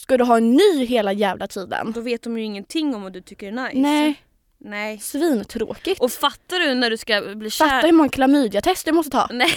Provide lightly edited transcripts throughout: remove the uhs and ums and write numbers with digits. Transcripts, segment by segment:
ska du ha en ny hela jävla tiden. Då vet de ju ingenting om vad du tycker är nice. Nej. Svintråkigt. Och fattar du när du ska bli kär? Fattar hur många klamydia-test jag måste ta? Nej.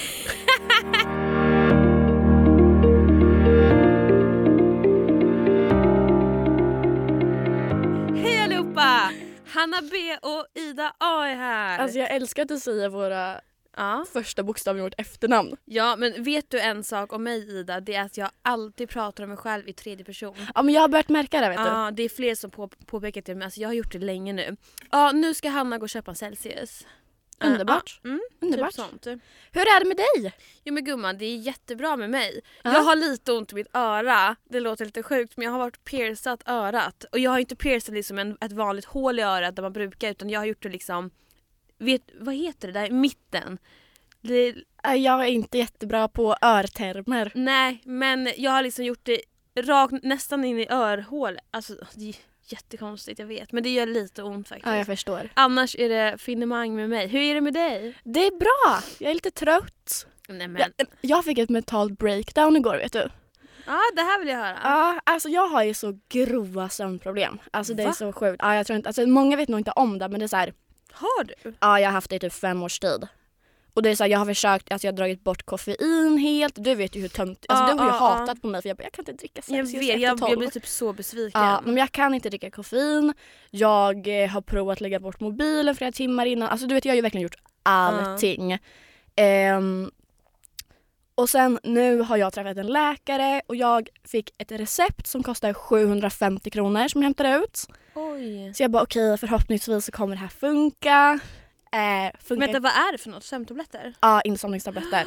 Hej allihopa! Hanna B och Ida A är här. Alltså jag älskar att du säger våra första bokstav i vårt efternamn. Ja, men vet du en sak om mig, Ida? Det är att jag alltid pratar om mig själv i tredje person. Ja, men jag har börjat märka det, vet du. Ja, det är fler som påpekat det, men alltså jag har gjort det länge nu. Ja, nu ska Hanna gå och köpa en Celsius. Underbart. Underbart. Typ sånt. Hur är det med dig? Jo men gumman, det är jättebra med mig. Jag har lite ont i mitt öra. Det låter lite sjukt, men jag har varit piercat örat. Och jag har inte piercat liksom ett vanligt hål i örat där man brukar, utan jag har gjort det liksom, vad heter det där i mitten? Jag är inte jättebra på örtermer. Nej, men jag har liksom gjort det rakt nästan in i örhål. Alltså det är jättekonstigt, jag vet. Men det gör lite ont faktiskt. Ja, jag förstår. Annars är det finemang med mig. Hur är det med dig? Det är bra. Jag är lite trött. Nej, men... jag fick ett mentalt breakdown igår, vet du. Ja, det här vill jag höra. Ja, alltså jag har ju så grova sömnproblem. Alltså det är så sjukt. Ja, jag tror inte, alltså många vet nog inte om det, men det är så här. Har du? Ja, jag har haft det i typ 5 års tid. Och det är så här, jag har försökt, alltså jag har dragit bort koffein helt. Du vet ju hur tömt, alltså du har ju hatat på mig för jag kan inte dricka Celsius. Jag blir typ så besviken. Ja, men jag kan inte dricka koffein. Jag har provat lägga bort mobilen flera timmar innan. Alltså du vet, jag har ju verkligen gjort allting. Och sen nu har jag träffat en läkare och jag fick ett recept som kostar 750 kronor som jag hämtade ut. Oj. Så jag bara okej, förhoppningsvis så kommer det här funka. Vänta, vad är det för något? Sömntabletter? Ja, insomningstabletter.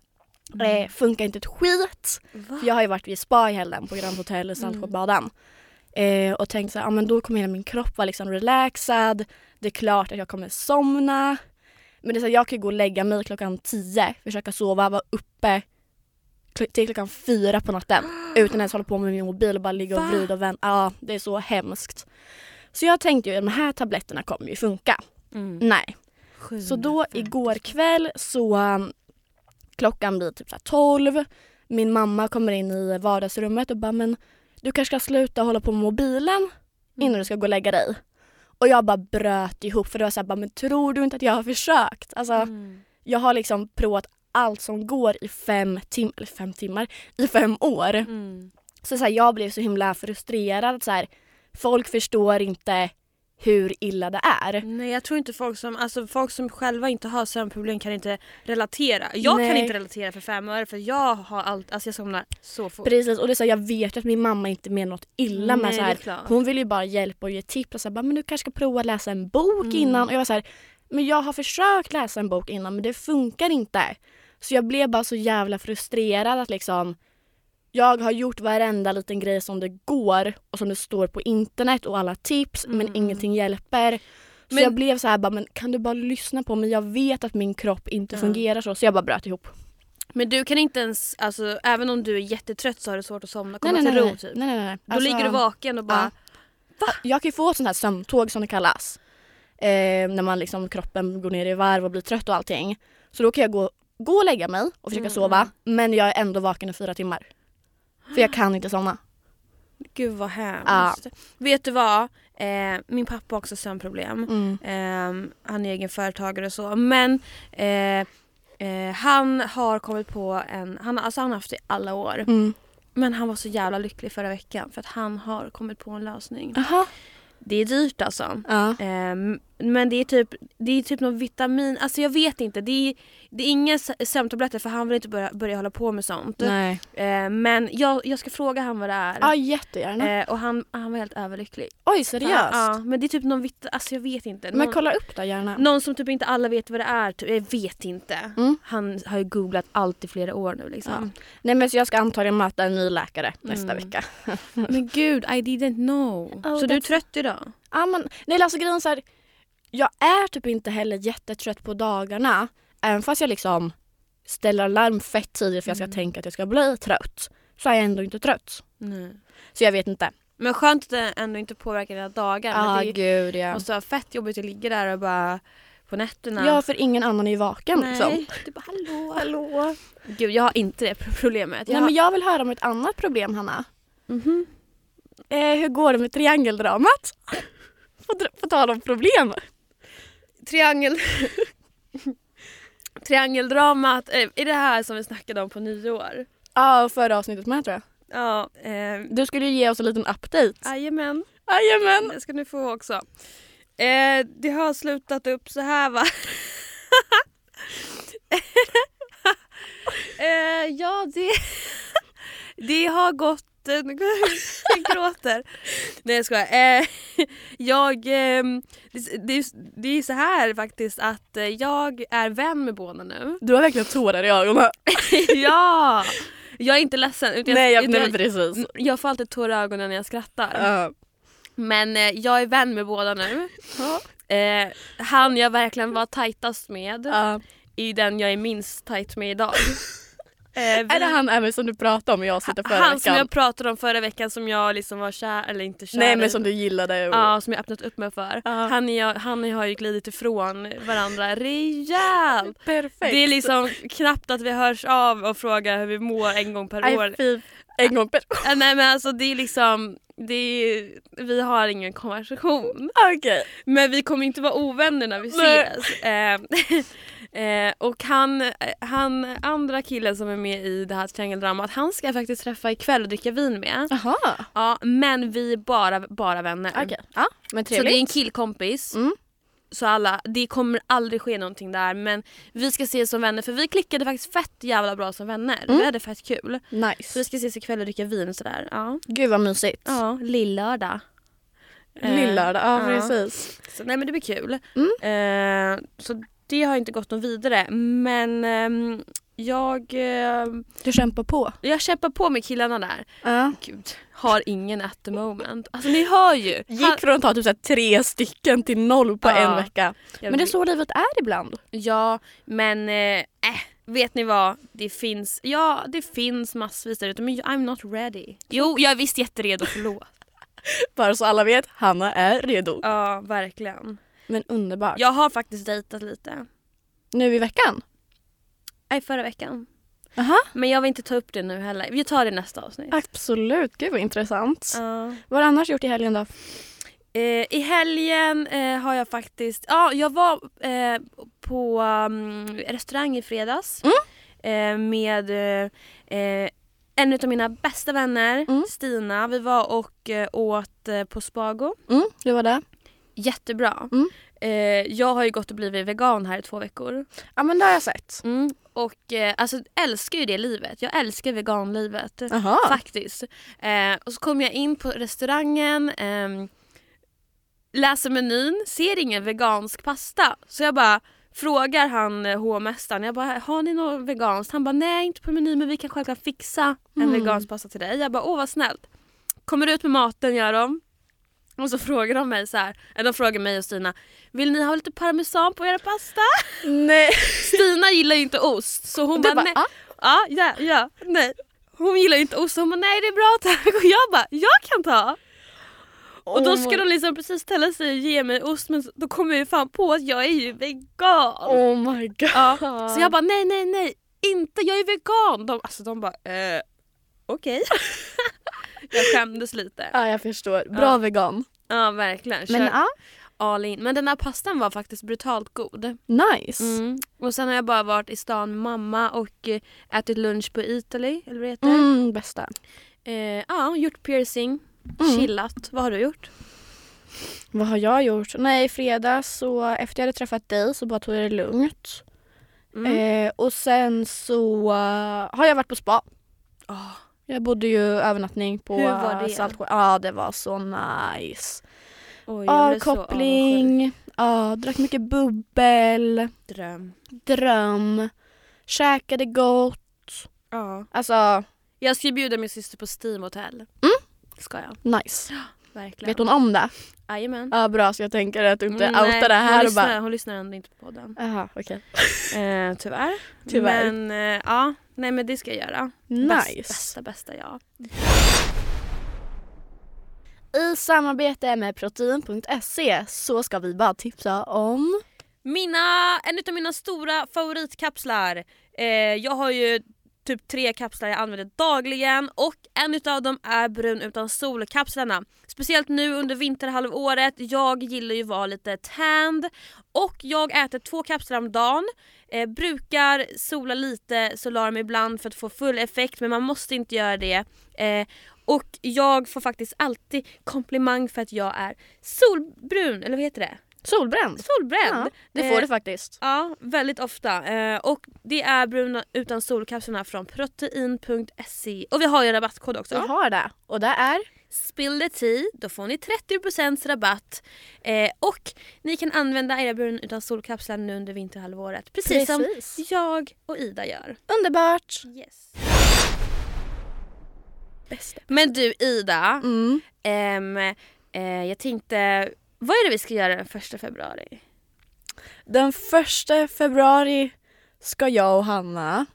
Funkar inte ett skit. För jag har ju varit vid spa i helgen på Grand Hotel i Saltsjöbaden. Och tänkte så här, men då kommer hela min kropp vara liksom relaxad. Det är klart att jag kommer somna. Men det är så här, jag kan gå och lägga mig klockan 10, försöka sova, vara uppe till klockan 4 på natten utan ens hålla på med min mobil och bara ligga och vrida och vända. Ja, det är så hemskt. Så jag tänkte ju att de här tabletterna kommer ju funka. Nej. Så då igår kväll så klockan blir typ så här 12. Min mamma kommer in i vardagsrummet och bara, men du kanske ska sluta hålla på med mobilen innan du ska gå och lägga dig. Och jag bara bröt ihop för det var så här, men tror du inte att jag har försökt? Alltså jag har liksom provat allt som går i 5 timmar i 5 år. Så här, jag blev så himla frustrerad så här, folk förstår inte hur illa det är. Nej, jag tror inte folk som själva inte har sömnproblem kan inte relatera. Jag kan inte relatera för 5 år för jag har allt, alltså jag somnar så fort. Precis, och det är så här, jag vet att min mamma inte menar något illa med så här. Hon vill ju bara hjälpa och ge tips och så här, men du kanske ska prova att läsa en bok innan. Och jag var så här, men jag har försökt läsa en bok innan men det funkar inte. Så jag blev bara så jävla frustrerad att liksom jag har gjort varenda liten grej som det går och som det står på internet och alla tips men ingenting hjälper. Så jag blev så här bara, men kan du bara lyssna på mig? Jag vet att min kropp inte fungerar så jag bara bröt ihop. Men du kan inte ens, alltså även om du är jättetrött så har du svårt att somna, komma till ro typ. Nej. Då ligger du vaken och bara jag kan ju få ett sånt här sömntåg som det kallas. När man liksom kroppen går ner i varv och blir trött och allting. Så då kan jag gå och lägga mig och försöka sova men jag är ändå vaken i 4 timmar. För jag kan inte somna. Gud vad hemskt. Vet du vad? Min pappa har också sömnproblem. Han är egen företagare och så. Men han har kommit på han har haft det i alla år. Men han var så jävla lycklig förra veckan för att han har kommit på en lösning. Det är dyrt alltså. Men det är typ någon vitamin. Alltså jag vet inte. Det är inga sömntabletter för han vill inte börja hålla på med sånt. Nej. Men jag ska fråga han vad det är. Ja, jättegärna. Och han var helt överlycklig. Oj, seriöst? Ja, men det är typ någon alltså jag vet inte. Men kolla upp det gärna. Någon som typ inte alla vet vad det är. Typ, jag vet inte. Han har ju googlat allt i flera år nu liksom. Nej, men så jag ska antagligen möta en ny läkare nästa vecka. Men gud, I didn't know. Så du är trött idag? Ja, men nej, alltså grejen så här, jag är typ inte heller jättetrött på dagarna. Även fast jag liksom ställer alarm fett tidigt för jag ska tänka att jag ska bli trött. Så är jag ändå inte trött. Så jag vet inte. Men skönt att det ändå inte påverkar dina dagar. Gud, ja. Måste vara fett jobbigt att ligga där och bara på nätterna. Ja, för ingen annan är ju vaken. Nej, liksom. du bara hallå. Gud, jag har inte det problemet. Nej, men jag vill höra om ett annat problem, Hanna. hur går det med triangeldramat? På tal om problem. Triangeldramat, är det här som vi snackade om på nyår? Ja, förra avsnittet med tror jag. Ja. Du skulle ju ge oss en liten update. Jajamän. Det ska ni få också. Det har slutat upp så här, va? Ja, det har gått... Jag gråter. Nej, jag skojar. Det är så här faktiskt att jag är vän med båda nu. Du har verkligen tårar i ögonen. Ja! Jag är inte ledsen. Nej, precis. Jag får alltid tårar i ögonen när jag skrattar. Men jag är vän med båda nu. Han jag verkligen var tajtast med är den jag är minst tajt med idag. Är det han även som du pratade om och jag sitter förra veckan? Han som jag pratade om förra veckan som jag liksom var kär, eller inte kär. Nej, men som du gillade. Ja, som jag öppnat upp mig för. Han har ju glidit ifrån varandra rejält. Perfekt. Det är liksom knappt att vi hörs av och frågar hur vi mår en gång per år. En gång per år? Nej, men alltså det är liksom... vi har ingen konversation. Okay. Men vi kommer inte vara ovänner när vi ses. Och han andra killen som är med i det här triangeldramat, han ska jag faktiskt träffa ikväll och dricka vin med. Aha. Ja, men vi är bara vänner. Okay. Ja, men trevligt. Så det är en killkompis. Så det kommer aldrig ske någonting där, men vi ska ses som vänner för vi klickade faktiskt fett jävla bra som vänner. Vi hade fett kul. Nice. Så vi ska ses ikväll och dricka vin och sådär. Ja. Gud vad mysigt. Ja, lillördag. Ja, precis. Så, nej, men det blir kul. Så det har inte gått något vidare, men du kämpar på. Jag kämpar på med killarna där. Gud, har ingen at the moment. Alltså ni hör ju. Gick från att ta typ 3 stycken till 0 på en vecka. Men det är så livet är ibland. Ja, men vet ni vad? Det finns massvis där ute, men I'm not ready. Jo, jag är visst jätteredo, förlåt. Bara så alla vet, Hanna är redo. Ja, verkligen. Men underbart. Jag har faktiskt dejtat lite. Nu i veckan? Nej, förra veckan. Aha. Men jag vill inte ta upp det nu heller. Vi tar det nästa avsnitt. Absolut, gud vad intressant. Vad har du annars gjort i helgen då? I helgen har jag faktiskt... Ja, jag var på restaurang i fredags med en av mina bästa vänner, Stina. Vi var och åt på Spago. Du var där? Jättebra. Jag har ju gått och blivit vegan här i 2 veckor. Ja, men det har jag sett. Och alltså älskar ju det livet. Jag älskar veganlivet. Aha. Faktiskt. Och så kom jag in på restaurangen, läser menyn, ser ingen vegansk pasta. Så jag bara frågar han hovmästaren, jag bara, har ni något veganskt? Han bara, nej inte på menyn, men vi kan självklart fixa en vegansk pasta till dig. Jag bara, vad snällt. Kommer ut med maten, gör de. Och så frågar de mig så här, de frågar mig och Stina, vill ni ha lite parmesan på era pasta? Nej. Stina gillar ju inte ost, så hon bara, nej. Ja, nej. Hon gillar ju inte ost, så hon bara, nej det är bra tack. Och jag bara, jag kan ta. Och då ska de liksom precis ställa sig och ge mig ost, men då kommer jag ju fan på att jag är ju vegan. Oh my god. Ja, så jag bara, nej, inte, jag är vegan. De bara, okej. Jag skämdes lite. Ja, jag förstår. Bra vegan. Ja, verkligen. Men all in. Men den här pastan var faktiskt brutalt god. Nice. Och sen har jag bara varit i stan med mamma och ätit lunch på Italy, eller vad det heter. Bästa. Gjort piercing. Chillat. Vad har du gjort? Vad har jag gjort? Nej, i fredags så efter jag hade träffat dig så bara tog jag det lugnt. Och sen så har jag varit på spa. Jag bodde ju övernattning på Saltsjö. Ja, det var så nice. Avkoppling. Drack mycket bubbel. Dröm. Käkade gott. Alltså, jag ska bjuda min syster på Steam Hotel. Ska jag. Nice. Verkligen. Vet hon om det? Jajamän. Ja, bra, så jag tänker att du inte outar det här. Hon lyssnar ändå inte på podden. Jaha, okej. Tyvärr. Men nej, men det ska jag göra. Nice. Bästa ja. I samarbete med protein.se så ska vi bara tipsa om en av mina stora favoritkapslar. Jag har ju typ 3 kapslar jag använder dagligen och en utav dem är brun utan sol-kapslarna. Speciellt nu under vinterhalvåret. Jag gillar ju att vara lite tanned och jag äter 2 kapslar om dagen. Brukar sola lite solarium ibland för att få full effekt, men man måste inte göra det. Och jag får faktiskt alltid komplimang för att jag är solbrun, eller vad heter det? Solbränd. Ja, det får du faktiskt. Ja, väldigt ofta. Och det är bruna utan solkapslarna från protein.se. Och vi har ju en rabattkod också. Vi har det. Och det är Spill the tea. Då får ni 30% rabatt. Och ni kan använda era brun utan solkapslar nu under vinterhalvåret. Precis som jag och Ida gör. Underbart. Yes. Bästa. Men du Ida, jag tänkte, vad är det vi ska göra den 1 februari? Den 1 februari ska jag och Hanna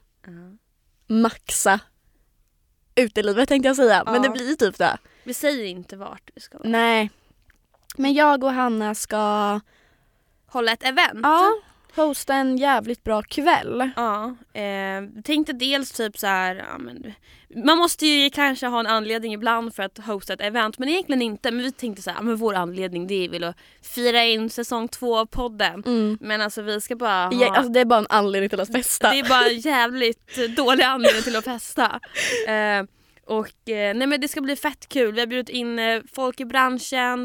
maxa utelivet tänkte jag säga. Men det blir typ det. Vi säger inte vart vi ska vara. Nej. Men jag och Hanna ska hålla ett event. Ja, hosta en jävligt bra kväll. Ja, tänkte dels typ så här, ja, men, man måste ju kanske ha en anledning ibland för att hosta ett event, men egentligen inte. Men vi tänkte så här, men vår anledning det är väl att fira in säsong 2 av podden. Men alltså vi ska bara ha... Ja, alltså det är bara en anledning till att festa. Det är bara en jävligt dålig anledning till att festa. Nej men det ska bli fett kul. Vi har bjudit in folk i branschen.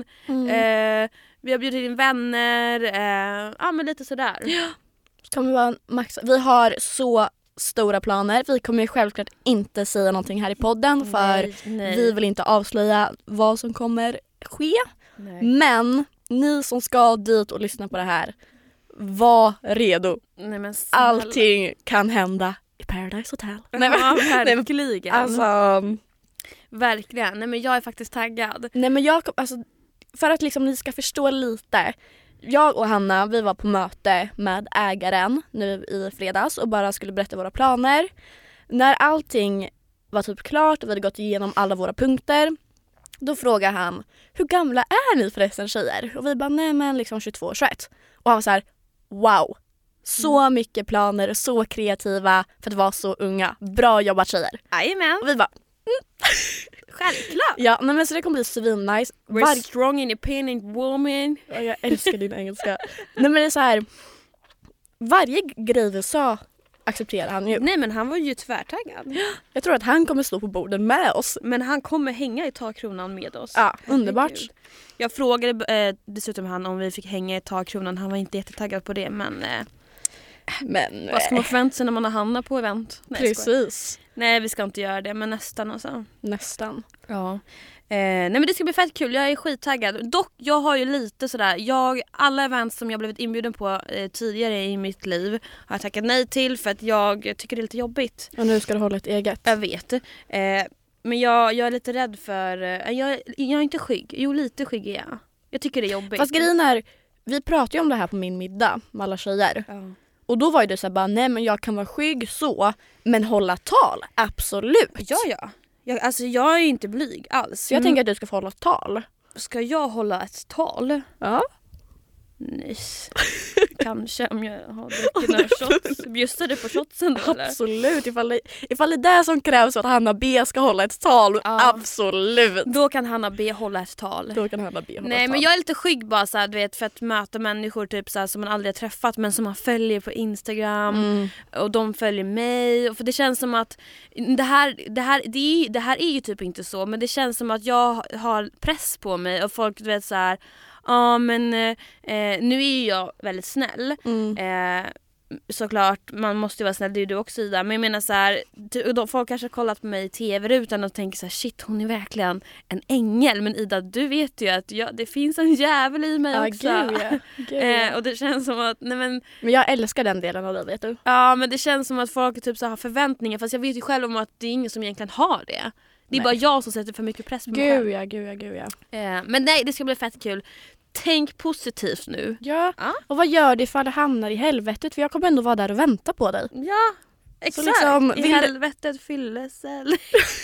Vi har bjudit in vänner. Ja men lite sådär. Ja. Kommer vara maxa. Vi har så stora planer. Vi kommer ju självklart inte säga någonting här i podden. För vi vill inte avslöja vad som kommer ske. Nej. Men ni som ska dit och lyssna på det här, var redo. Nej, men allting kan hända i Paradise Hotel. Nej, men, verkligen. Alltså, verkligen. Nej men jag är faktiskt taggad. Nej men jag alltså, för att liksom ni ska förstå lite. Jag och Hanna, vi var på möte med ägaren nu i fredags och bara skulle berätta våra planer. När allting var typ klart och vi hade gått igenom alla våra punkter, då frågar han, hur gamla är ni förresten tjejer? Och vi bara, nej men liksom 22-21. Och han var så här, wow. Så mycket planer och så kreativa för att vara så unga. Bra jobbat tjejer. Jajamän. Och vi bara självklart. Ja, men så det kommer bli svinnice. We're strong independent woman. Jag älskar din engelska. Nej men det är så här, varje grej vi sa accepterar han ju. Nej men han var ju tvärtaggad. Jag tror att han kommer stå på borden med oss. Men han kommer hänga i takkronan med oss. Ja, underbart. Jag frågade dessutom han om vi fick hänga i takkronan. Han var inte jättetaggad på det men vad ska man förvänta sig när man har hamnat på event? Nej, precis. Nej vi ska inte göra det men nästan alltså. Nästan. Ja. Nej men det ska bli fett kul, jag är skittaggad. Dock, jag har ju lite sådär, alla events som jag blivit inbjuden på tidigare i mitt liv har jag tackat nej till för att jag tycker det är lite jobbigt. Och nu ska du hålla ett eget. Jag vet. Men jag är lite rädd för, jag är inte skygg. Jo, lite skygg är jag. Jag tycker det är jobbigt. Fast grejen är, vi pratade ju om det här på min middag med alla tjejer. Ja. Och då var ju det så här bara, nej men jag kan vara skygg så, men hålla tal, absolut. Ja. Jag är ju inte blyg alls. Jag tänker att du ska få hålla tal. Ska jag hålla ett tal? Ja. Nice. Kanske om jag har druckit några shots. Bjussar du på shotsen då, eller? Absolut. Ifall det är det som krävs för att Hanna B ska hålla ett tal. Ja. Absolut. Då kan Hanna B hålla ett tal. Nej, men jag är lite skygg bara så här, du vet, för att möta människor typ så här, som man aldrig har träffat men som man följer på Instagram. Och de följer mig. Och för det känns som att det här är ju typ inte så. Men det känns som att jag har press på mig. Och folk, du vet så här. Ja men nu är ju jag väldigt snäll. Såklart, man måste ju vara snäll, det är ju du också Ida. Men jag menar så här, folk kanske har kollat på mig i tv-rutan och tänker så här, shit hon är verkligen en ängel. Men Ida, du vet ju att det finns en jävel i mig också. Gud. Och det känns som att men jag älskar den delen av det, vet du. Ja men det känns som att folk typ så har förväntningar. Fast jag vet ju själv om att det är ingen som egentligen har det. Det är bara jag som sätter för mycket press på mig själv. Gud ja. Men nej, det ska bli fett kul. Tänk positivt nu. Ja, och vad gör det ifall det hamnar i helvetet? För jag kommer ändå vara där och vänta på dig. Ja, exakt. Liksom, i helvetet fyllesel.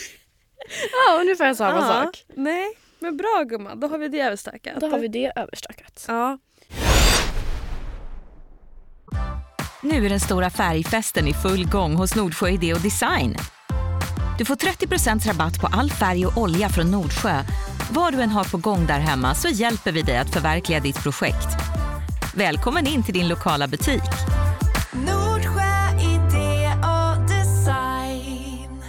Ja, ungefär samma sak. Nej, men bra gumman, då har vi det överstökat. Ja. Nu är den stora färgfesten i full gång hos Nordsjö Idé och Design. Du får 30% rabatt på all färg och olja från Nordsjö. Vad du än har på gång där hemma så hjälper vi dig att förverkliga ditt projekt. Välkommen in till din lokala butik. Nordsjö Idé och Design.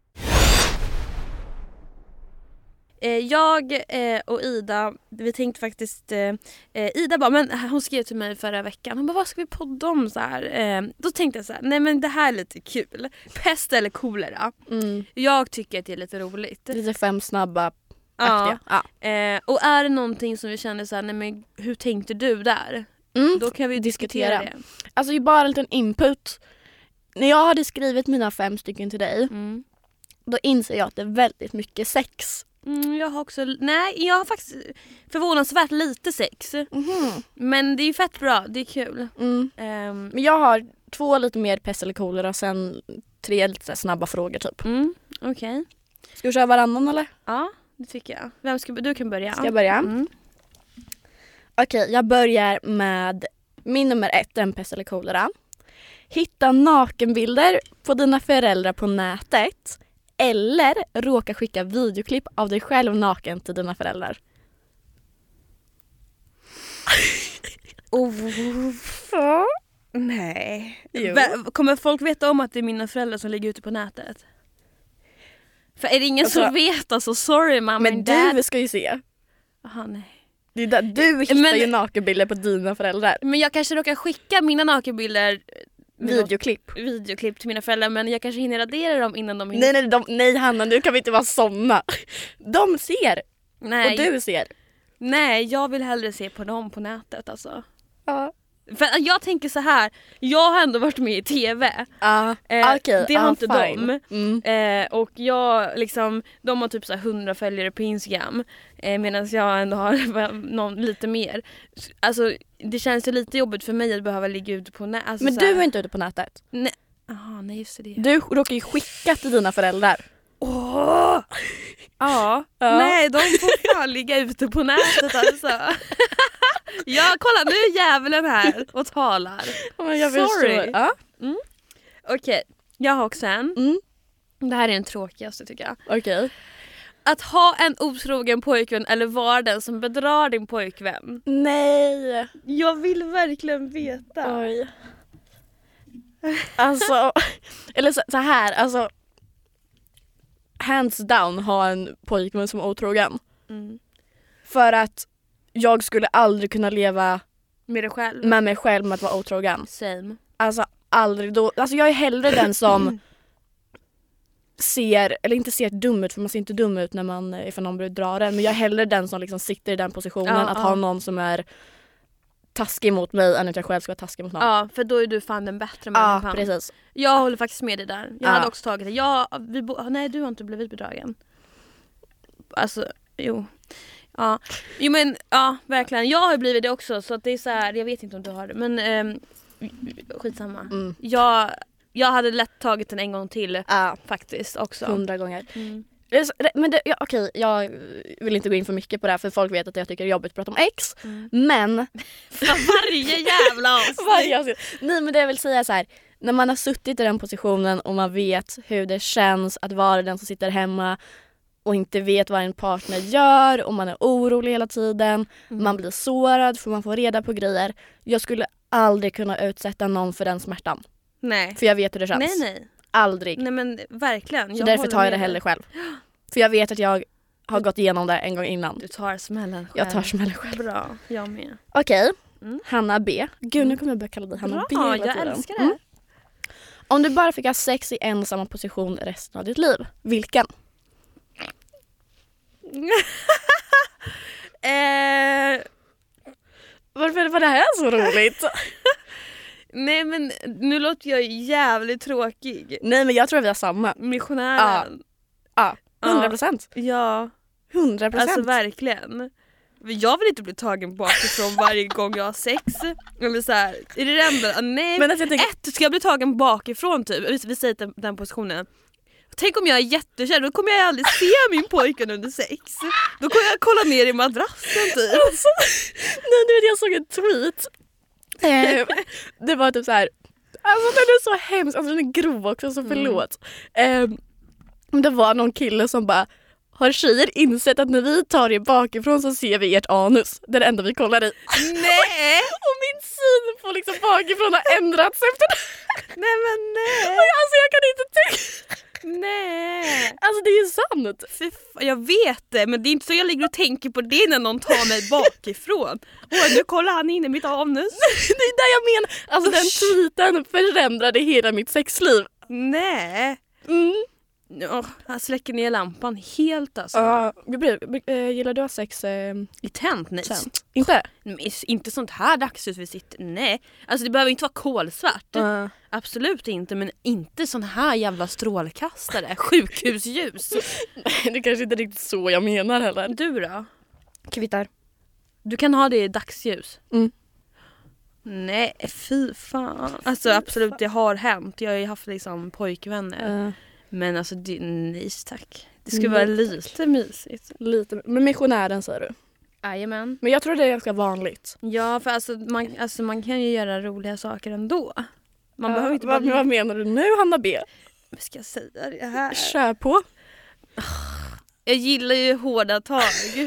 Jag och Ida, vi tänkte faktiskt, Ida bara, men hon skrev till mig förra veckan, hon bara, vad ska vi podda om så här? Då tänkte jag så här, nej men det här är lite kul. Pest eller kolera. Jag tycker att det är lite roligt. Lite 5 snabba. Ja. Och är det någonting som vi känner så här, nej men hur tänkte du där? Då kan vi diskutera det. Alltså ju bara en liten input. När jag hade skrivit mina 5 stycken till dig, då inser jag att det är väldigt mycket sex. Jag har faktiskt förvånansvärt lite sex. Men det är ju fett bra, det är kul. Men jag har 2 lite mer pest eller kolera, sen 3 lite snabba frågor typ. Okej. Ska vi köra varannan eller? Ja, det tycker jag. Du kan börja. Ska jag börja? Okej, jag börjar med min nummer 1, en pest eller kolera. Hitta nakenbilder på dina föräldrar på nätet. Eller råka skicka videoklipp av dig själv naken till dina föräldrar. Nej. Kommer folk veta om att det är mina föräldrar som ligger ute på nätet? För är det ingen som vet, alltså sorry mamma. Men du ska ju se. Aha, nej. Det är där du hittar ju nakenbilder på dina föräldrar. Men jag kanske råkar skicka mina nakenbilder videoklipp till mina föräldrar, men jag kanske hinner radera dem innan de hinner. Nej Hanna, nu kan vi inte vara såna. De ser. Nej. Och du ser. Nej, jag vill hellre se på dem på nätet alltså. Ja. För jag tänker så här, jag har ändå varit med i TV. Okay, det har inte fine. de. Och jag liksom, de har typ så här 100 följare på Instagram, medan jag ändå har lite mer. Alltså det känns ju lite jobbigt för mig att behöva ligga ute på nätet. Alltså, men du är inte ute på nätet. Nej. Aha, nej just det. Du råkar ju skicka till dina föräldrar. Ja. Nej, de får fan ligga ute på nätet alltså. Kolla, nu är djävulen här och talar. Sorry. Okej, jag har också en. Det här är den tråkigaste tycker jag. Okej. Att ha en otrogen pojkvän eller vara den som bedrar din pojkvän. Nej. Jag vill verkligen veta. Oj. Alltså, eller så här, alltså hands down ha en pojkvän som är otrogen. För att jag skulle aldrig kunna leva med mig själv med att vara otrogen. Same. Alltså aldrig då. Alltså jag är hellre den som inte ser dum ut, för man ser inte dum ut när man ifall någon börjar dra den, men jag är hellre den som liksom sitter i den positionen att ha någon som är taskig mot mig än att jag själv ska vara taskig mot någon. Ja, för då är du fan den bättre människan. Ja, precis. Jag håller faktiskt med dig där. Jag hade också tagit det. Nej, du har inte blivit bedragen. Alltså, jo. Ja. Jo men, ja, verkligen. Jag har blivit det också, så att det är så här, jag vet inte om du har det, men skitsamma. Jag hade lätt tagit den en gång till faktiskt också. 100 gånger. Men jag vill inte gå in för mycket på det här, för folk vet att jag tycker det är jobbigt att prata om ex. Men varje jävla avsnitt. Nej, men det vill säga så här, när man har suttit i den positionen och man vet hur det känns att vara den som sitter hemma och inte vet vad en partner gör, och man är orolig hela tiden, man blir sårad för man får reda på grejer. Jag skulle aldrig kunna utsätta någon för den smärtan. Nej. För jag vet hur det känns. Nej. Aldrig. Nej men verkligen. Så därför tar jag det hellre själv. För jag vet att jag har gått igenom det en gång innan. Du tar smällen själv. Jag tar smällen själv. Bra, jag med. Okej. Hanna B. Gud, nu kommer jag börja kalla dig Hanna B hela tiden. Jag älskar det. Om du bara fick ha sex i en samma position resten av ditt liv, vilken? Varför var det här så roligt? Nej men nu låter jag jävligt tråkig. Nej men jag tror att vi har samma. Missionären. Ja, 100%. Ja. 100%. Alltså verkligen. Jag vill inte bli tagen bakifrån varje gång jag har sex. Eller så här, är det enda? Nej. Men alltså ska jag bli tagen bakifrån typ? Vi säger den positionen. Tänk om jag är jättekär, då kommer jag aldrig se min pojken under sex. Då kommer jag kolla ner i madrassen typ. Alltså, nej, jag såg en tweet. Det var typ så här: Alltså den är så hemsk, alltså den är grov också, så förlåt. Det var någon kille som bara, har tjejer insett att när vi tar er bakifrån så ser vi ert anus? Det är det enda vi kollar i. Nej! Och min syn på liksom bakifrån har ändrats efter det. Nej men nej! Alltså jag kan inte tänka. Nej! Alltså det är ju sant. Jag vet det, men det är inte så jag ligger och tänker på det när någon tar mig bakifrån. Nu kollar han in i mitt anus. Det är det jag menar. Alltså den tweeten förändrade hela mitt sexliv. Nej! Han släcker ner lampan helt alltså. Gillar du att ha sex i tänt? Nej. Inte? Inte sånt här dagsljus vi sitter. Nej. Alltså det behöver inte vara kolsvart. Absolut inte. Men inte sån här jävla strålkastare. Sjukhusljus. Nej, det kanske inte är riktigt så jag menar heller. Du då? Kvittar. Du kan ha det i dagsljus. Nej, fy fan. Alltså absolut, det har hänt. Jag har ju haft liksom pojkvänner. Men alltså, nej tack. Det skulle vara lite mysigt. Lite, men missionären säger du? Jajamän. Men jag tror det är ganska vanligt. Ja, för man kan ju göra roliga saker ändå. Man behöver inte bara... Vad menar du nu, Hanna B? Vad ska jag säga det här? Kör på. Jag gillar ju hårda tag.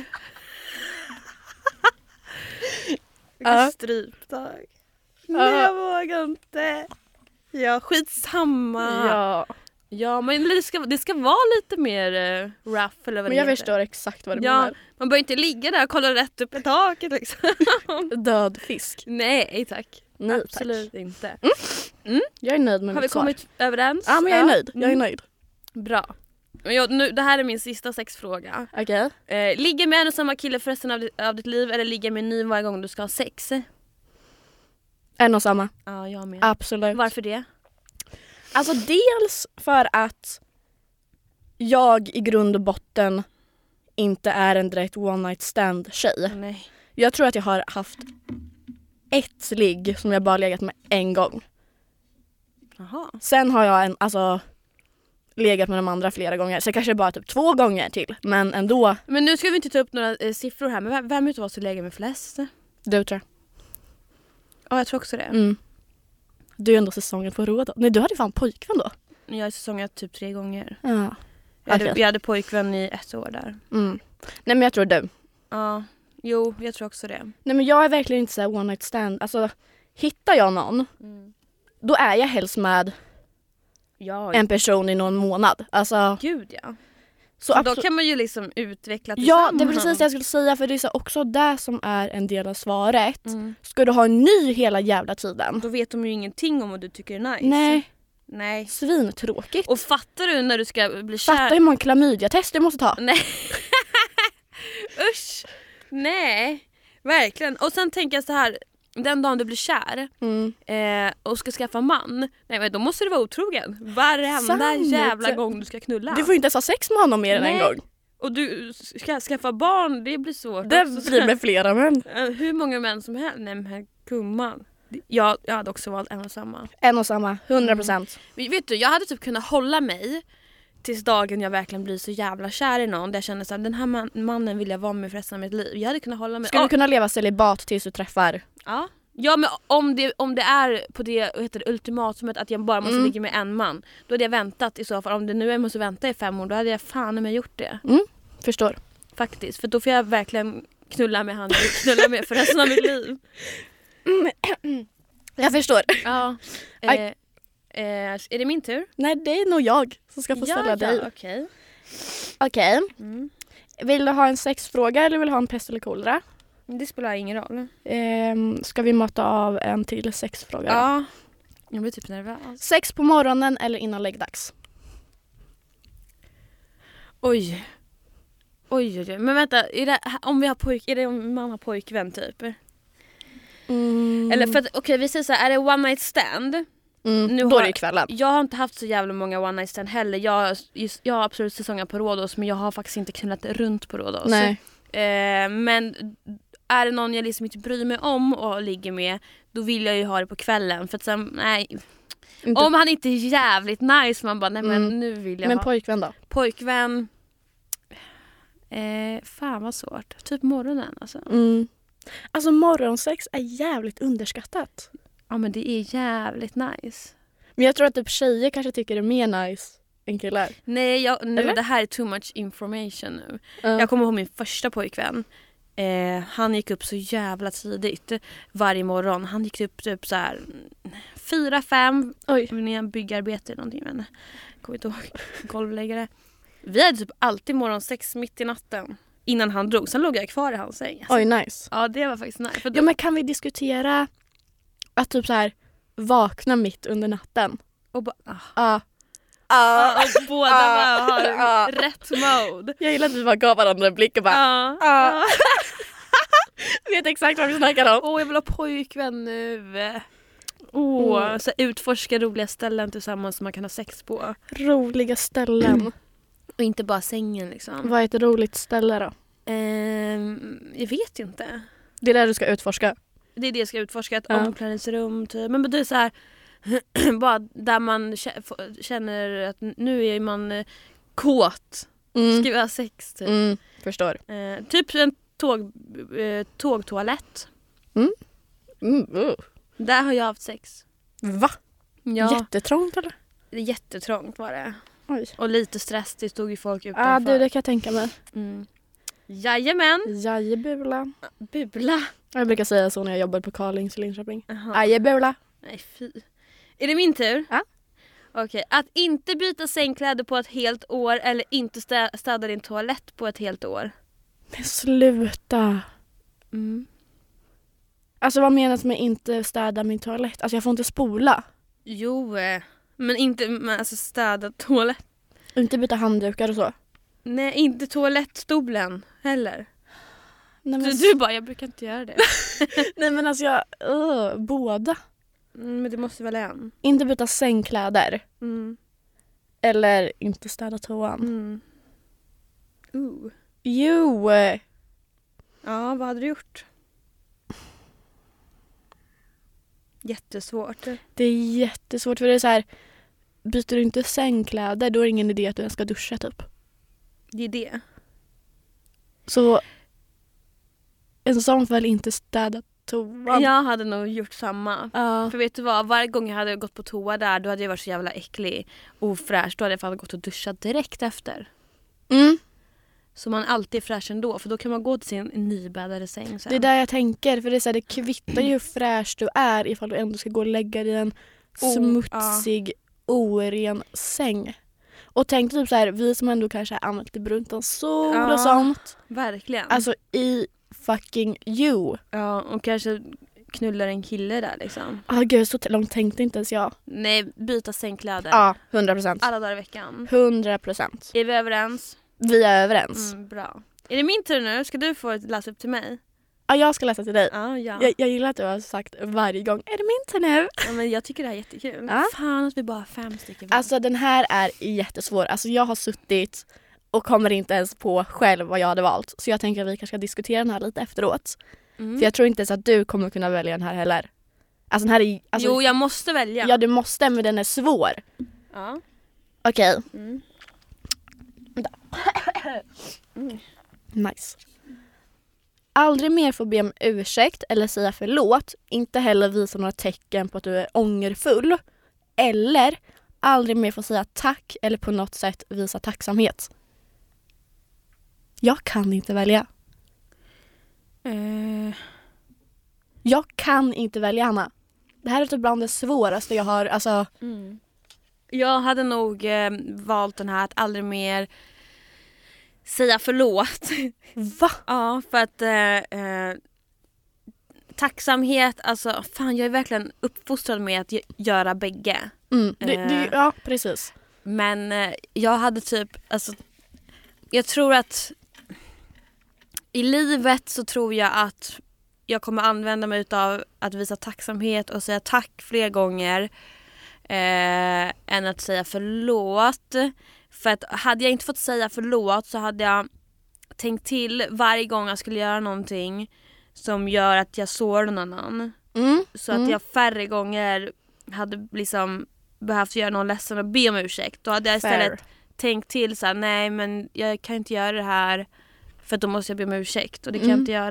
Stryptag. Nej, jag vågar inte. Ja, skitsamma. Ja, men det ska vara lite mer rough eller vad men jag förstår exakt vad du menar. Man bör inte ligga där och kolla rätt upp i taket liksom. Död fisk. Nej, tack. Nej, absolut tack. Inte. Jag är nöjd med har mitt svar. Har vi kommit överens? Ja, men jag är nöjd. Jag är nöjd. Bra. Men det här är min sista sexfråga. Okej. Ligger med en och samma kille för resten av ditt liv eller ligger med en ny varje gång du ska ha sex? En och samma. Ja, jag med. Absolut. Varför det? Alltså dels för att jag i grund och botten inte är en direkt one night stand tjej. Nej. Jag tror att jag har haft ett ligg som jag bara legat med en gång. Aha. Sen har jag legat med de andra flera gånger. Så kanske bara typ 2 gånger till. Men ändå. Men nu ska vi inte ta upp några siffror här. Men vem utav oss lägger med flest? Du tror jag. Ja, jag tror också det. Du är ändå säsongen på råd. Nej, du hade fan pojkvän då. Jag är säsongat typ 3 gånger. Ja. Jag hade pojkvän i 1 år där. Nej, men jag tror du. Ja, jo, jag tror också det. Nej, men jag är verkligen inte så här one night stand. Alltså, hittar jag någon, då är jag helst med en person i någon månad. Alltså, gud ja. Så då kan man ju liksom utveckla tillsammans. Ja, det är precis det jag skulle säga. För det är så också det som är en del av svaret. Ska du ha en ny hela jävla tiden? Då vet de ju ingenting om vad du tycker är nice. Nej. Svintråkigt. Och fattar du när du ska bli kär? Fattar hur många klamydia-test du måste ta? Nej. Usch. Nej. Verkligen. Och sen tänker jag så här. Den dagen du blir kär och ska skaffa man, nej, men då måste du vara otrogen varenda jävla gång du ska knulla. Du får inte ens ha sex med honom mer än en gång. Och du ska skaffa barn, det blir svårt. Det blir med flera män. Hur många män som helst. Nej, men gumman. Jag hade också valt en och samma. En och samma, 100%. Vet du, jag hade typ kunnat hålla mig tills dagen jag verkligen blir så jävla kär i någon. Där jag känner så här, den här mannen vill jag vara med för resten av mitt liv. Jag hade kunnat hålla mig. Skulle du kunna leva celibat tills du träffar? Ja, men om det är på det ultimatumet att jag bara måste ligga med en man, då hade jag väntat i så fall. Om det nu är måste vänta i 5 år, då hade jag fan med gjort det. Förstår. Faktiskt, för då får jag verkligen knulla med han och knulla med för resten av mitt liv. Jag förstår. Ja. Är det min tur? Nej, det är nog jag som ska få ställa dig. Okej. Vill du ha en sexfråga eller vill du ha en pest eller kolera? Det spelar ingen roll. Ska vi mata av en till sexfråga? Ja. Jag blir typ nervös. Sex på morgonen eller innan läggdags? Oj. Men vänta, är det om man har pojkvän typ? Eller för att okej, vi säger så här, är det one night stand? Då är det kvällen. Jag har inte haft så jävla många one night stand heller. Jag har absolut säsonger på Rhodos, men jag har faktiskt inte knullat runt på Rhodos. Nej. Men är det någon jag liksom inte bryr mig om och ligger med, då vill jag ju ha det på kvällen. För att sen, om han inte är jävligt nice, man bara, nej men nu vill jag men ha. pojkvän då? Pojkvän. Fan vad svårt. Typ morgonen alltså. Alltså morgonsex är jävligt underskattat. Ja, men det är jävligt nice. Men jag tror att typ tjejer kanske tycker det är mer nice än killar. Nej, det här är too much information nu. Jag kommer ihåg min första pojkvän. Han gick upp så jävla tidigt varje morgon. Han gick upp typ så här 4-5. Oj. När jag byggarbete eller någonting. Men jag kommer inte ihåg. Golvläggare. Vi hade typ alltid morgon 6 mitt i natten. Innan han drog. Sen låg jag kvar i hans säng. Alltså. Oj, nice. Ja, det var faktiskt nice. Ja, men kan vi diskutera att typ så här vakna mitt under natten? Och bara... Och båda bara har rätt mode. Jag gillar att vi bara gav varandra en blick och bara... Vet exakt vad vi snackar om. Jag vill ha pojkvän nu. Så utforska roliga ställen tillsammans som man kan ha sex på. Roliga ställen. Och inte bara sängen liksom. Vad är ett roligt ställe då? Jag vet inte. Det är där du ska utforska. Det är det jag ska utforska. Ett omklädningsrum typ. Men det är så här... bara där man känner att nu är man kåt. Ska vi ha sex typ. Förstår. Typ en tågtoalett. Där har jag haft sex. Va? Ja. Jättetrångt eller? Jättetrångt var det. Oj. Och lite stress, det stod ju folk utanför. Det kan jag tänka mig. Jajamän. Jajebula. Bula. Jag brukar säga så när jag jobbar på Carlings i Linköping. Jajebula. Nej fy. Är det min tur? Ja. Okej. Att inte byta sängkläder på ett helt år eller inte städa din toalett på ett helt år. Men sluta. Alltså vad menas med inte städa min toalett? Alltså jag får inte spola. Jo, men inte alltså städa toalett. Inte byta handdukar och så. Nej, inte toalettstolen heller. Nej, men... Du bara, jag brukar inte göra det. Nej men alltså båda. Men det måste väl en. Inte byta sängkläder. Eller inte städa toan. Jo. Ja, vad hade du gjort? Jättesvårt. Det är jättesvårt för det är så här. Byter du inte sängkläder då är det ingen idé att du ens ska duscha typ. Det är det. Så en sån väl inte städa toan. Jag hade nog gjort samma. För vet du vad, varje gång jag hade gått på toa där då hade jag varit så jävla äcklig och ofräsch. Då hade jag fan gått och duschat direkt efter. Så man alltid är fräsch ändå. För då kan man gå till sin nybäddade säng sen. Det är där jag tänker. För det är så här, det kvittar ju hur fräsch du är ifall du ändå ska gå och lägga dig i en smutsig, oren säng. Och tänk typ så här, vi som ändå kanske har använt lite brunt och sol och sånt. Verkligen. Alltså i fucking you. Ja, och kanske knullar en kille där liksom. Gud, så långt tänkte inte ens jag. Nej, byta sängkläder. Ja, 100%. Alla dagar i veckan. 100%. Är vi överens? Vi är överens. Bra. Är det min tur nu? Ska du få läsa upp till mig? Ja, jag ska läsa till dig. Ja. Jag gillar att du har sagt varje gång, är det min tur nu? Ja, men jag tycker det här är jättekul. Ja. Fan att vi bara 5 stycken. Alltså den här är jättesvår. Alltså jag har suttit och kommer inte ens på själv vad jag hade valt. Så jag tänker att vi kanske ska diskutera den här lite efteråt. För jag tror inte ens att du kommer kunna välja den här heller. Alltså den här är... Alltså, jo, jag måste välja. Ja, du måste, men den är svår. Ja. Okej. Nice. Aldrig mer få be om ursäkt eller säga förlåt. Inte heller visa några tecken på att du är ångerfull. Eller aldrig mer få säga tack eller på något sätt visa tacksamhet. Jag kan inte välja. Jag kan inte välja, Hanna. Det här är typ bland det svåraste jag har. Alltså... Jag hade nog valt den här att aldrig mer säga förlåt. Va? Ja, för att tacksamhet, alltså fan jag är verkligen uppfostrad med att göra bägge. Ja, precis. Men jag hade typ, alltså jag tror att i livet så tror jag att jag kommer använda mig av att visa tacksamhet och säga tack fler gånger än att säga förlåt. För att hade jag inte fått säga förlåt så hade jag tänkt till varje gång jag skulle göra någonting som gör att jag sårar någon annan. Så att jag färre gånger hade liksom behövt göra någon ledsen och be om ursäkt. Då hade jag istället tänkt till så här: nej men jag kan inte göra det här för då måste jag be om ursäkt och det kan jag inte göra.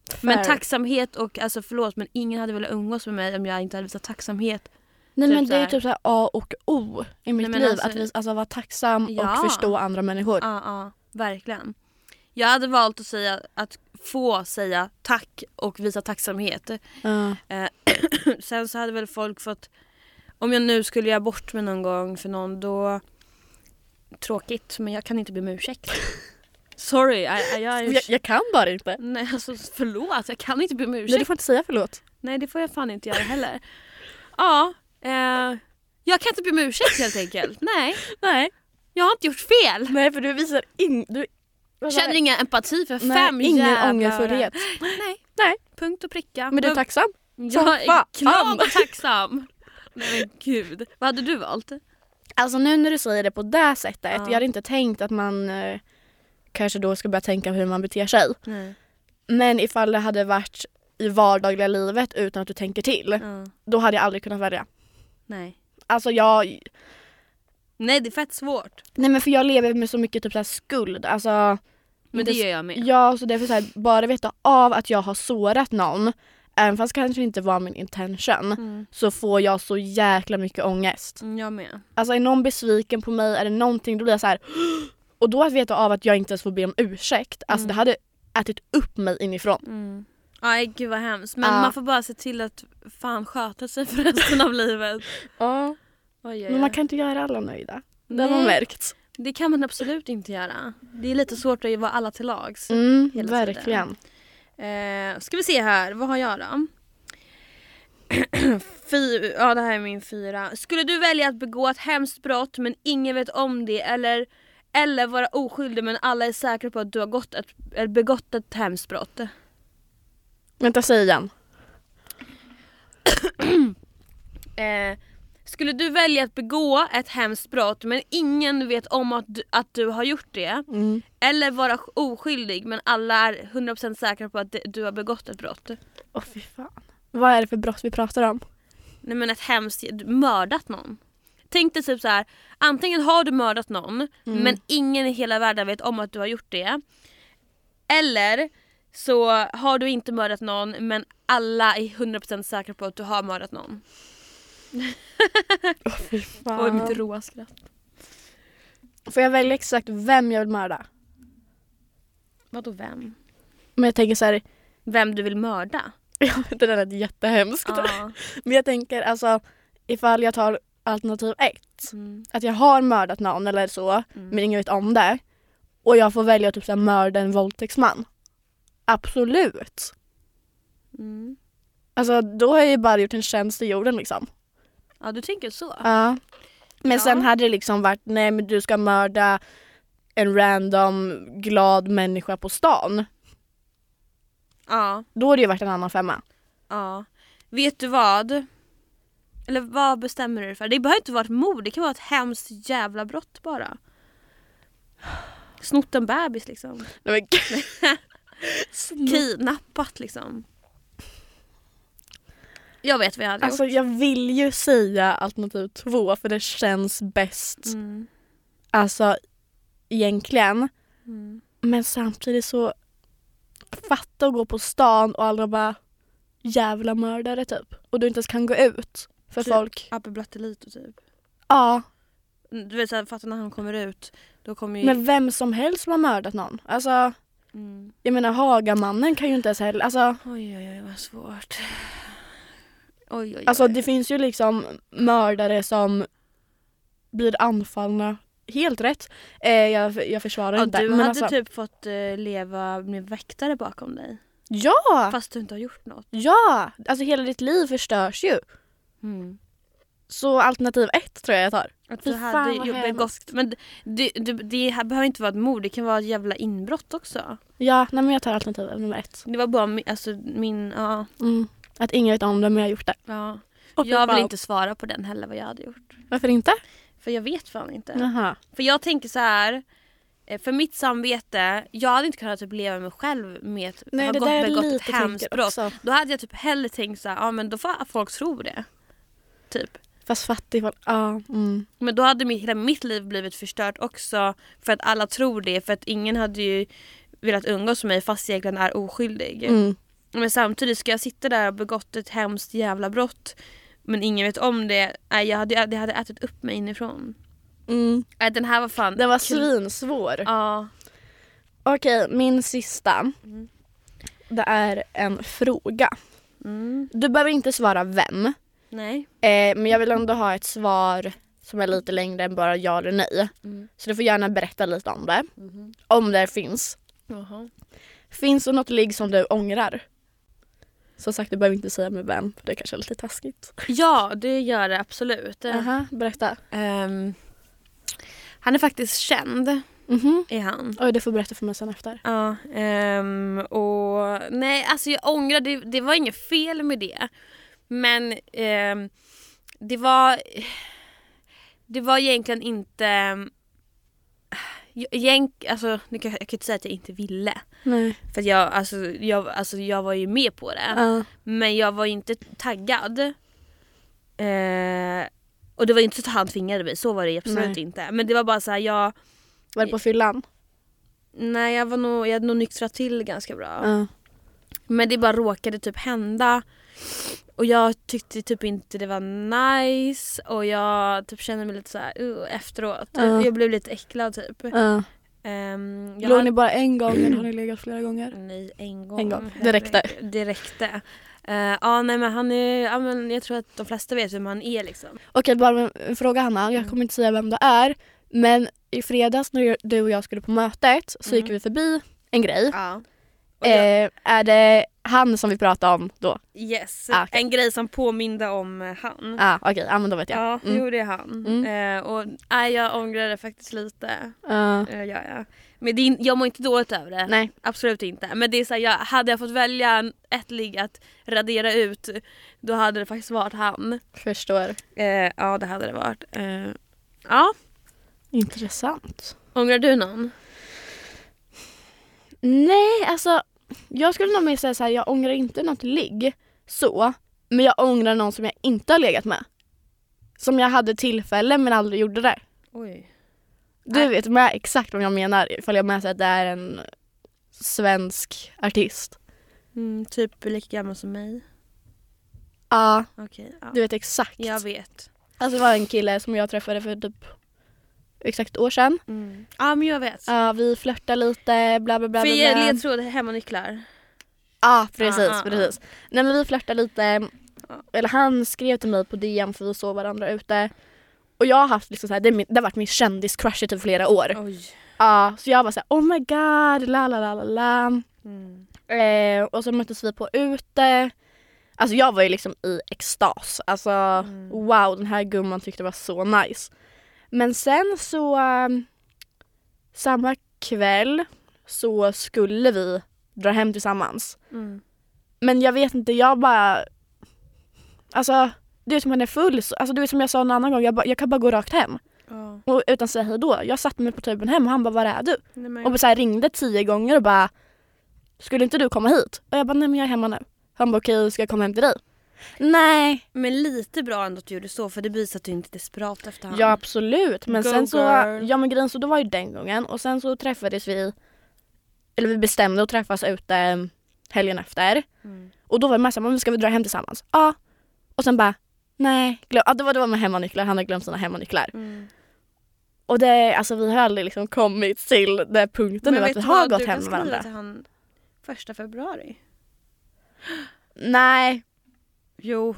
Men tacksamhet och alltså förlåt, men ingen hade velat umgås med mig om jag inte hade visat tacksamhet. Nej typ men det är typ så här A och O i mitt liv. Att vara tacksam och förstå andra människor. Ja, verkligen. Jag hade valt att få säga tack och visa tacksamhet. Sen så hade väl folk fått, om jag nu skulle göra bort mig någon gång för någon, då tråkigt, men jag kan inte be om ursäkt. Sorry, jag kan bara inte. Nej, alltså förlåt, jag kan inte be om ursäkt. Nej, du får inte säga förlåt. Nej, det får jag fan inte göra heller. Ja, jag kan inte be om ursäkt helt enkelt. Nej. Jag har inte gjort fel. Nej, för du visar känner ingen empati för ingen ångerfullhet. Nej. Punkt och pricka. Men du är tacksam? Jag är glad och tacksam. Nej men gud. Vad hade du valt? Alltså nu när du säger det på det sättet. Jag hade inte tänkt att man kanske då ska börja tänka på hur man beter sig. Nej. Men ifall det hade varit i vardagliga livet utan att du tänker till. Då hade jag aldrig kunnat välja. Nej. Alltså Nej, det är fett svårt. Nej men för jag lever med så mycket typ så här skuld. Alltså, men det gör jag med. Ja, så därför så här, bara veta av att jag har sårat någon, även fast kanske inte var min intention, så får jag så jäkla mycket ångest. Jag med. Alltså är någon besviken på mig, är det någonting, då blir jag så här. Och då att veta av att jag inte ens får be om ursäkt, alltså det hade ätit upp mig inifrån. Aj, gud vad hemskt. Men man får bara se till att fan sköta sig för resten av livet. Ja. Men man kan inte göra alla nöjda. Det har man märkt. Det kan man absolut inte göra. Det är lite svårt att vara alla till lags. Verkligen. Ska vi se här, vad har jag då? Det här är min 4. Skulle du välja att begå ett hemskt brott men ingen vet om det, eller vara oskyldig men alla är säkra på att du har begått ett hemskt brott? Vänta, säg igen. Skulle du välja att begå ett hemskt brott men ingen vet om att du har gjort det, eller vara oskyldig men alla är 100% säkra på att du har begått ett brott? Fy fan. Vad är det för brott vi pratar om? Nej men ett hemskt, mördat någon. Tänk dig typ så här, antingen har du mördat någon men ingen i hela världen vet om att du har gjort det, eller så har du inte mördat någon men alla är 100% säkra på att du har mördat någon. Fy fan. Oj, mitt råa skratt. Får jag välja exakt vem jag vill mörda? Vadå vem? Men jag tänker så här. Vem du vill mörda? Det där är jättehemskt. Men jag tänker alltså, ifall jag tar alternativ 1, att jag har mördat någon eller så, men ingen vet om det, och jag får välja typ så här, mörda en våldtäktsman. Absolut. Alltså då har jag ju bara gjort en tjänst i jorden liksom. Ja, du tänker så. Ja. Men sen hade det liksom varit, nej men du ska mörda en random glad människa på stan. Ja. Då har det ju varit en annan 5. Ja. Vet du vad? Eller vad bestämmer du dig för? Det behöver inte vara ett mord, det kan vara ett hemskt jävla brott bara. Snott en bebis liksom. Nej, men kidnappat liksom. Jag vet vad jag hade gjort. Jag vill ju säga alternativ 2 för det känns bäst. Alltså egentligen. Men samtidigt så fatta att gå på stan och alla bara jävla mördare typ. Och du inte ens kan gå ut för typ folk. Abbe Blattelito typ. Ja. Du vet såhär, fatta när han kommer ut. Då kommer ju... Men vem som helst som har mördat någon. Alltså, jag menar Hagamannen kan ju inte ens heller. Alltså, oj vad svårt. Oj. Alltså det finns ju liksom mördare som blir anfallna. Helt rätt. Jag försvarar inte. Du men hade alltså, typ fått leva med väktare bakom dig. Ja! Fast du inte har gjort något. Ja! Alltså hela ditt liv förstörs ju. Så alternativ 1 tror jag tar. Att du hade begått. Men det här behöver inte vara ett mord. Det kan vara ett jävla inbrott också. Ja, nej, men jag tar alternativ nummer 1. Det var bara min. Att ingen vet om det, men jag har gjort det. Ja. Jag vill inte svara på den heller vad jag hade gjort. Varför inte? För jag vet fan inte. Aha. För jag tänker så här, för mitt samvete, jag hade inte kunnat typ leva mig själv med att ha begått ett hemskt brott. Då hade jag typ hellre tänkt så här, ja men då får folk tro det. Typ. Fast fattig folk, Men då hade hela mitt liv blivit förstört också, för att alla tror det, för att ingen hade ju velat umgås med mig fast jag egentligen är oskyldig. Men samtidigt ska jag sitta där och begått ett hemskt jävla brott. Men ingen vet om det. Nej, det hade ätit upp mig inifrån. Nej, den här var fan... Den var svinsvår. Ja. Okej, min sista. Det är en fråga. Du behöver inte svara vem. Nej. Men jag vill ändå ha ett svar som är lite längre än bara ja eller nej. Så du får gärna berätta lite om det. Om det finns. Finns det något ligg som du ångrar? Som sagt, du behöver inte säga med vem. För det är kanske är lite taskigt. Ja, det gör det absolut. Berätta. Han är faktiskt känd. Är han. Oj, det får berätta för mig sen efter. Ja. Och nej, alltså jag ångrar. Det var inget fel med det. Men det var egentligen inte... Alltså, jag kan inte säga att jag inte ville. Nej. För jag var ju med på det. Men jag var inte taggad. Och det var inte så att han tvingade mig. Så var det absolut inte. Men det var bara så här, Var det på fyllan? Nej, jag hade nog nyktrat till ganska bra. Men det bara råkade typ hända. Och jag tyckte typ inte det var nice. Och jag typ kände mig lite så här efteråt. Jag blev lite äcklad typ. Låg ni bara en gång eller har ni legat flera gånger? Nej, en gång. En gång. Det räckte. Det räckte. Nej, men han är... men jag tror att de flesta vet vem han är liksom. Okej, bara en fråga Hanna. Jag kommer inte säga vem det är. Men i fredags när du och jag skulle på mötet så gick vi förbi en grej. Ja. Är det han som vi pratade om då? Yes, Okay. En grej som påminde om han. Okej, men då vet jag. Ja, jo det är han. Och jag ångrar det faktiskt lite. Ja. Men jag mår inte dåligt över det. Nej. Absolut inte. Men det är så här, hade jag fått välja ett ligg att radera ut, då hade det faktiskt varit han. Förstår. Ja, det hade det varit. Ja. Intressant. Ångrar du någon? Nej, alltså jag skulle nog mer säga så här, jag ångrar inte något ligg så, men jag ångrar någon som jag inte har legat med. Som jag hade tillfälle men aldrig gjorde det. Oj. Du vet med exakt vad jag menar ifall jag med sig att det är en svensk artist. Typ lika gammal som mig. Ja, Okej, ja. du vet exakt. Jag vet. Alltså det var en kille som jag träffade för typ exakt ett år sedan. Ja, men jag vet. Ja, vi flörtade lite, bla bla bla. För jag ledtråd hemmanycklar. Ja, precis. Nej, men vi flörtade lite. Eller han skrev till mig på DM för vi såg varandra ute. Och jag har haft liksom så här, det har varit min kändiscrush i typ flera år. Oj. Ja, så jag var så här, oh my god, la la la la la. Och så möttes vi på ute. Alltså jag var ju liksom i extas. Alltså wow, den här gumman tyckte det var så nice. Men sen så samma kväll så skulle vi dra hem tillsammans. Men jag vet inte, jag bara... Alltså, det är som man är full. Alltså det är som jag sa en annan gång, jag kan bara gå rakt hem. Och utan att säga hej då. Jag satte mig på tuben hem och han bara, var är du? Och så här, ringde 10 gånger och bara, skulle inte du komma hit? Och jag bara, nej men jag är hemma nu. Han bara, okej, ska jag komma hem till dig? Nej. Men lite bra ändå att du gjorde så, för det visar att du inte är desperat efter honom. Ja, absolut. Men Go sen så, girl. ja men grejen så då var ju den gången. Och sen så träffades vi, eller vi bestämde att träffas ute helgen efter. Och då var det massa, men ska vi dra hem tillsammans? Ja. Och sen bara, nej. Det var med hemmanycklar, han hade glömt sina hemmanycklar. Och det, alltså vi har aldrig liksom kommit till den punkten nu att vi har gått hem med varandra. Men vet du vad, du kan skriva till han 1 februari. Nej. Jo.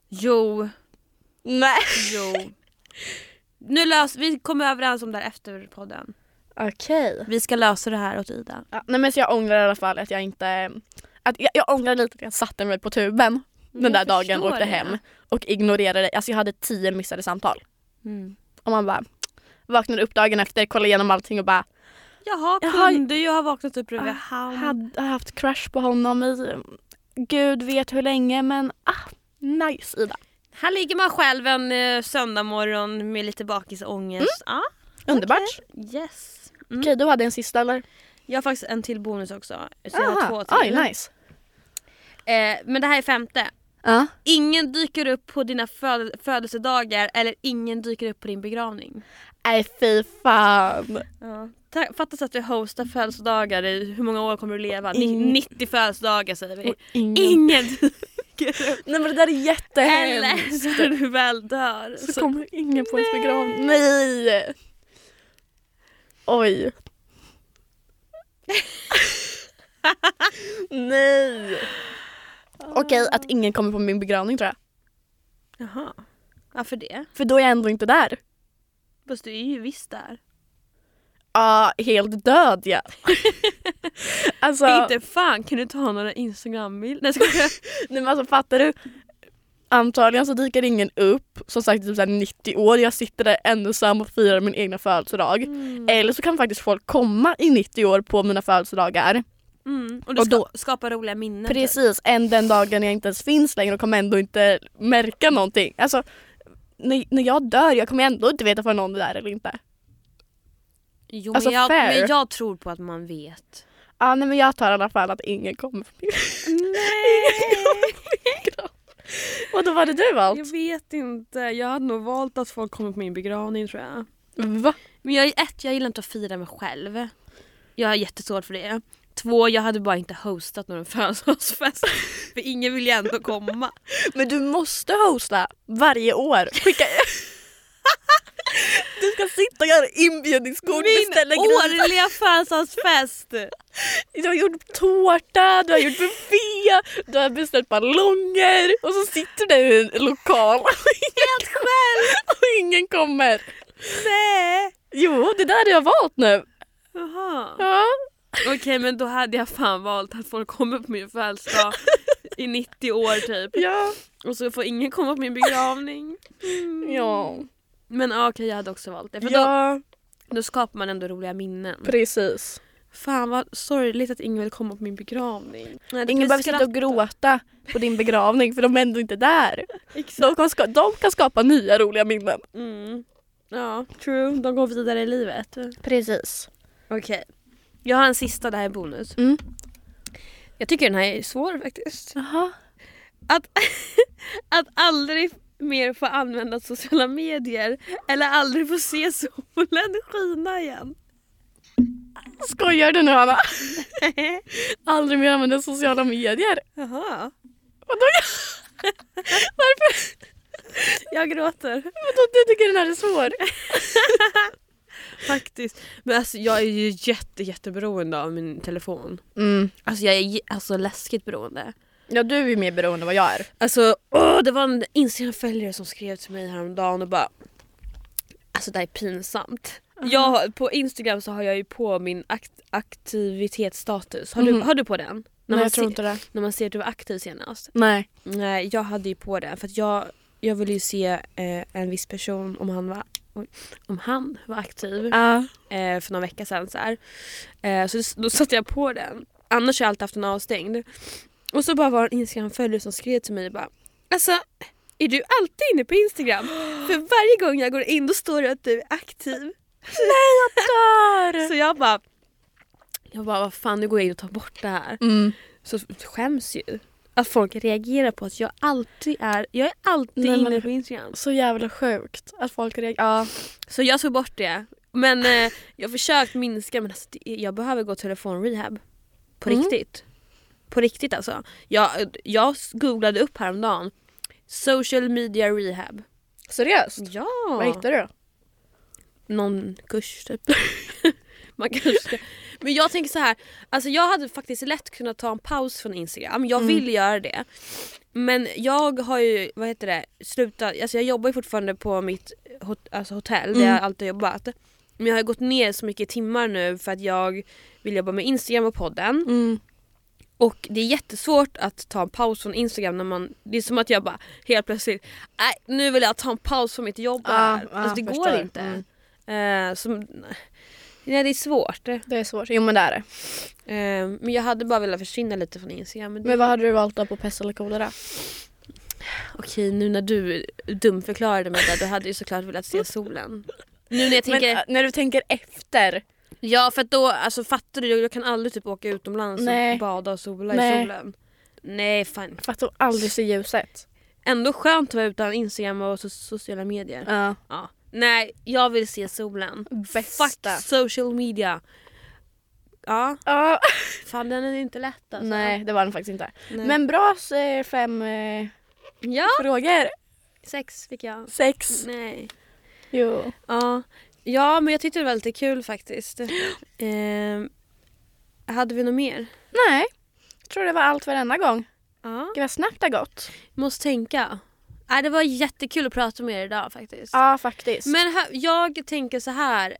Nej. Jo. Vi kommer överens om det här efter podden. Okej. Vi ska lösa det här åt Ida. Ja, nej men så jag ångrar i alla fall att jag inte... Jag ångrar lite att jag satte mig på tuben den där dagen och åkte hem. Och ignorerade. Alltså jag hade 10 missade samtal. Och man bara vaknade upp dagen efter, kollade igenom allting och bara... Kunde jag ha vaknat upp bredvid han. Hade haft crush på honom i... Gud vet hur länge, men nice Ida. Här ligger man själv en söndag morgon med lite bakisångest. Underbart. Okay. Yes. Okej, du hade en sista eller? Jag har faktiskt en till bonus också. Så jag har 2 till. Oj, nice. Men det här är 5:e. Ingen dyker upp på dina födelsedagar eller ingen dyker upp på din begravning. Nej, fy fan. Fattas att du hostar födelsedagar i hur många år kommer du leva? 90 födelsedagar säger vi. Ingen. Nej men det där är jättehemskt. Eller när du väl dör så kommer ingen på ens begravning. Nej. Oj. Nej. Okej, att ingen kommer på min begravning tror jag. Jaha. Varför det? För då är jag ändå inte där. Fast du är ju visst där. Ja, helt död ja. Alltså, inte fan, kan du ta några Instagram-bilder? Nej men alltså fattar du? Antagligen så dyker ingen upp. Som sagt typ 90 år. Jag sitter där ensam och firar min egna födelsedag. Eller så kan faktiskt folk komma i 90 år på mina födelsedagar. Och du ska skapa roliga minnen. Precis, än den dagen jag inte ens finns längre och kommer ändå inte märka någonting. Alltså, när jag dör, jag kommer ändå inte veta för någon det där eller inte. Jo, alltså, men jag tror på att man vet. Ja, nej, men jag tar i alla fall att ingen kommer på min begravning. Och då var det du valt? Jag vet inte. Jag hade nog valt att folk kommer på min begravning tror jag. Va? Men jag gillar inte att fira mig själv. Jag har jättesvårt för det. 2, jag hade bara inte hostat någon födelsedagsfest. För ingen vill ju ändå komma. Men du måste hosta varje år. Skicka... Du ska sitta och göra inbjudningskort. Min årliga födelsedagsfest. Du har gjort tårta, du har gjort buffé, du har beställt ballonger. Och så sitter du i en lokal. Helt själv. Och ingen kommer. Nej. Jo, det där jag har valt nu. Jaha. Ja. Okej, men då hade jag fan valt att folk kommer på min födelsedag i 90 år typ. Ja. Och så får ingen komma på min begravning. Ja. Men okej, jag hade också valt det. För då skapar man ändå roliga minnen. Precis. Fan vad sorgligt att ingen vill komma på min begravning. Nej, ingen behöver sitta och gråta på din begravning för de är ändå inte där. De kan skapa nya roliga minnen. Ja, true. De går vidare i livet. Precis. Okej. Jag har en sista, det här är bonus. Jag tycker den här är svår faktiskt. Jaha. Att aldrig mer få använda sociala medier eller aldrig få se solen skina igen. Skojar du nu, Anna? Aldrig mer använda sociala medier. Jaha. Vadå? Varför? Jag gråter. Vadå, du tycker den här är svår? Faktiskt. Men alltså, jag är ju jätteberoende av min telefon. Alltså jag är läskigt beroende. Ja, du är ju mer beroende än vad jag är. Alltså, det var en Instagram-följare som skrev till mig häromdagen och bara, alltså det här är pinsamt. På Instagram så har jag ju på min aktivitetsstatus. Har du på den? Nej, jag tror inte det. När man ser att du var aktiv senast. Nej. Nej, jag hade ju på den för att jag ville ju se en viss person om han var aktiv för några veckor sedan så här. Så då satte jag på den. Annars har jag alltid haft den avstängd. Och så bara var en Instagram-följare som skrev till mig bara, alltså, är du alltid inne på Instagram? För varje gång jag går in då står det att du är aktiv. Nej, jag dör! Så jag bara, vad fan, nu går jag in och tar bort det här. Så skäms ju att folk reagerar på att jag är alltid inne på Instagram. Så jävla sjukt att folk reagerar. Så jag tog bort det. Men jag har försökt minska, men alltså, jag behöver gå telefonrehab. På riktigt. På riktigt alltså. Jag googlade upp häromdagen. Social media rehab. Seriöst? Ja. Vad hittade du? Någon kurs typ. Man kanske. Men jag tänker så här. Alltså jag hade faktiskt lätt kunnat ta en paus från Instagram. Jag vill göra det. Men jag har ju, slutat. Alltså jag jobbar ju fortfarande på mitt hotell där jag alltid jobbat. Men jag har gått ner så mycket timmar nu för att jag vill jobba med Instagram och podden. Och det är jättesvårt att ta en paus från Instagram det är som att jag bara helt plötsligt, nej, nu vill jag ta en paus från mitt jobb här. Alltså det går inte. Nej, det är svårt. Det är svårt, jo men det är det. Men jag hade bara velat försvinna lite från Instagram. Men vad hade du valt då på Pest eller Kolera? Okej, nu när du dumförklarade mig där, då hade jag såklart velat se solen. Nu när jag tänker... Men när du tänker efter... Ja, för att då, alltså fattar du, jag kan aldrig typ åka utomlands och bada och sola i solen. Nej, fan. För att du aldrig ser ljuset. Ändå skönt att vara utan Instagram och sociala medier. Ja. Nej, jag vill se solen. Bästa. Fuck social media. Ja. Ja. Fan, den är inte lätt alltså. Nej, det var den faktiskt inte. Nej. Men bra 5 frågor. 6 fick jag. 6. Nej. Jo. Ja, men jag tyckte det var lite kul faktiskt. Hade vi något mer? Nej, jag tror det var allt varenda gång. Ja. Gud vad snabbt det har gått. Måste tänka. Nej, det var jättekul att prata med er idag faktiskt. Ja, faktiskt. Men jag tänker så här.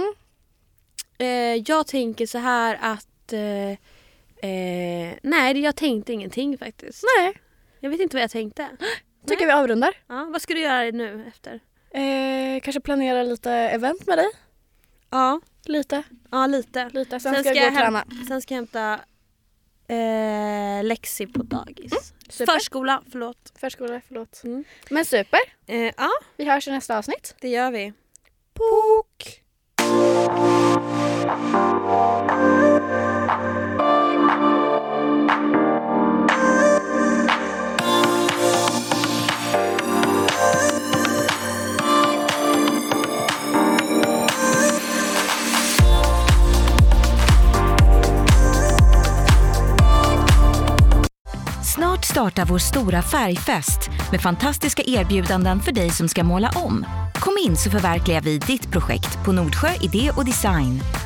Jag tänker så här att... nej, jag tänkte ingenting faktiskt. Nej. Jag vet inte vad jag tänkte. Tycker vi avrundar. Ja, vad ska du göra nu efter? Kanske planera lite event med dig. Ja. Lite. Ja, lite. Sen ska jag gå och träna. Sen ska jag hämta Lexi på dagis. Super. Förskola, förlåt. Men super. Ja, Vi hörs i nästa avsnitt. det gör vi. Pok! Snart startar vår stora färgfest med fantastiska erbjudanden för dig som ska måla om. Kom in så förverkligar vi ditt projekt på Nordsjö Idé och Design.